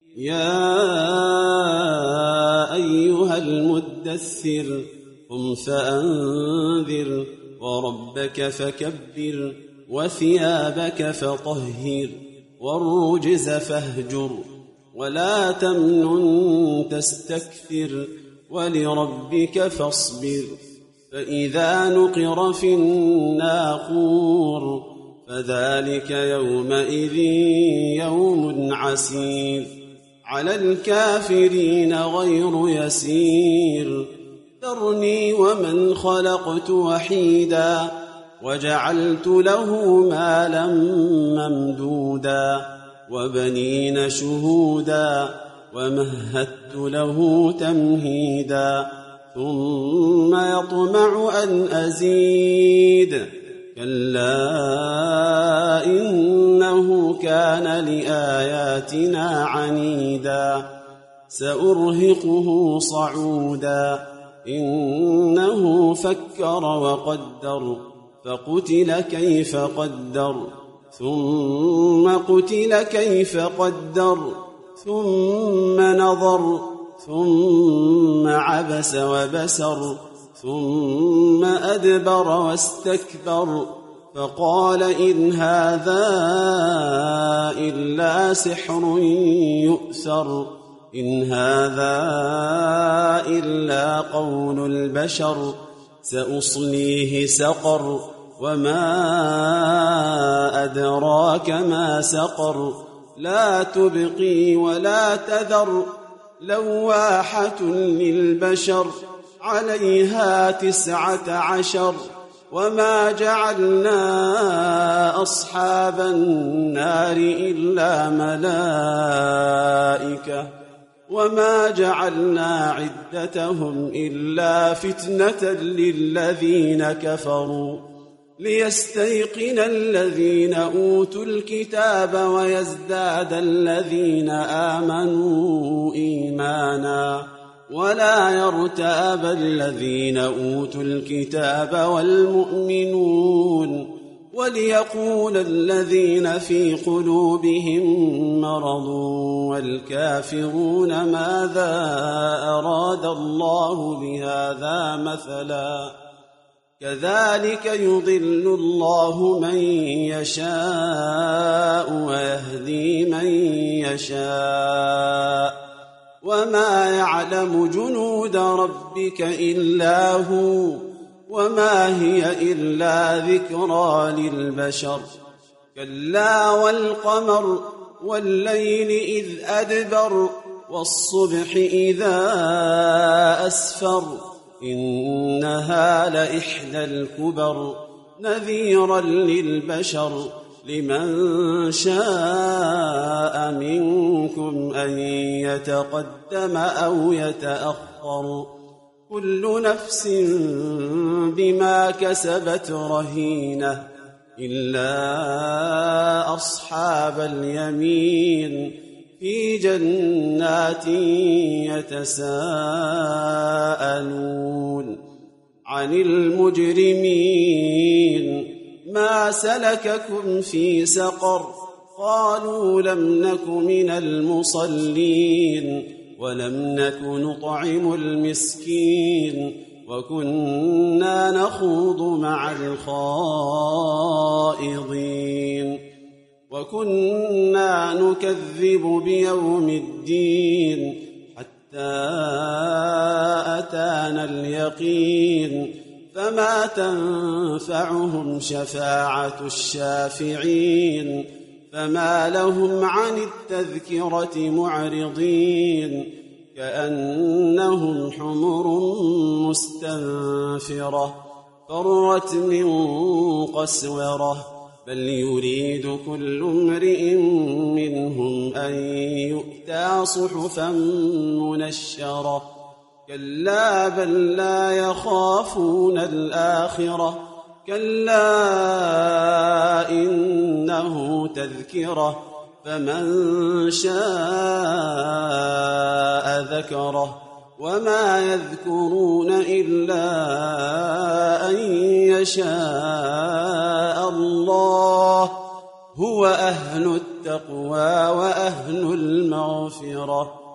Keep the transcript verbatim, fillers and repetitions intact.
يا أيها المدثر قم فأنذر وربك فكبر وثيابك فطهر والرجز فاهجر ولا تمنن تستكثر ولربك فاصبر فإذا نقر في الناقور فذلك يومئذ يوم عسير على الكافرين غير يسير ذرني ومن خلقت وحيدا وجعلت له مالا ممدودا وبنين شهودا ومهدت له تمهيدا ثم يطمع أن أزيد كلا إنه كان لآياتنا عنيدا سأرهقه صعودا إنه فكر وقدر فقتل كيف قدر ثم قتل كيف قدر ثم نظر ثم عبس وبسر ثم أدبر واستكبر فقال إن هذا إلا سحر يؤثر إن هذا إلا قول البشر سأصليه سقر وما أدراك ما سقر لا تبقي ولا تذر لواحة للبشر عليها تسعة عشر وما جعلنا أصحاب النار إلا ملائكة وما جعلنا عدتهم إلا فتنة للذين كفروا ليستيقن الذين أوتوا الكتاب ويزداد الذين آمنوا إيمانا ولا يرتاب الذين أوتوا الكتاب والمؤمنون وليقول الذين في قلوبهم مرض والكافرون ماذا أراد الله بهذا مثلا كذلك يضل الله من يشاء ويهدي من يشاء وما يعلم جنود ربك إلا هو وما هي إلا ذكرى للبشر كلا والقمر والليل إذ أدبر والصبح إذا أسفر إنها لإحدى الكبر نذيرا للبشر لمن شاء منكم أن يتقدم أو يتأخر كل نفس بما كسبت رهينة إلا أصحاب اليمين في جنات يتساءلون عن المجرمين ما سلككم في سقر قالوا لم نك من المصلين ولم نك نطعم المسكين وكنا نخوض مع الخائضين وكنا نكذب بيوم الدين حتى أتانا اليقين فما تنفعهم شفاعة الشافعين فما لهم عن التذكرة معرضين كأنهم حمر مستنفرة فرت من قسورة بل يريد كل امرئ منهم أن يؤتى صحفا منشرة كلا بل لا يخافون الآخرة كلا إنه تذكرة فمن شاء ذكره وما يذكرون إلا أن يشاء الله هو أهل التقوى التقوى وأهل المغفرة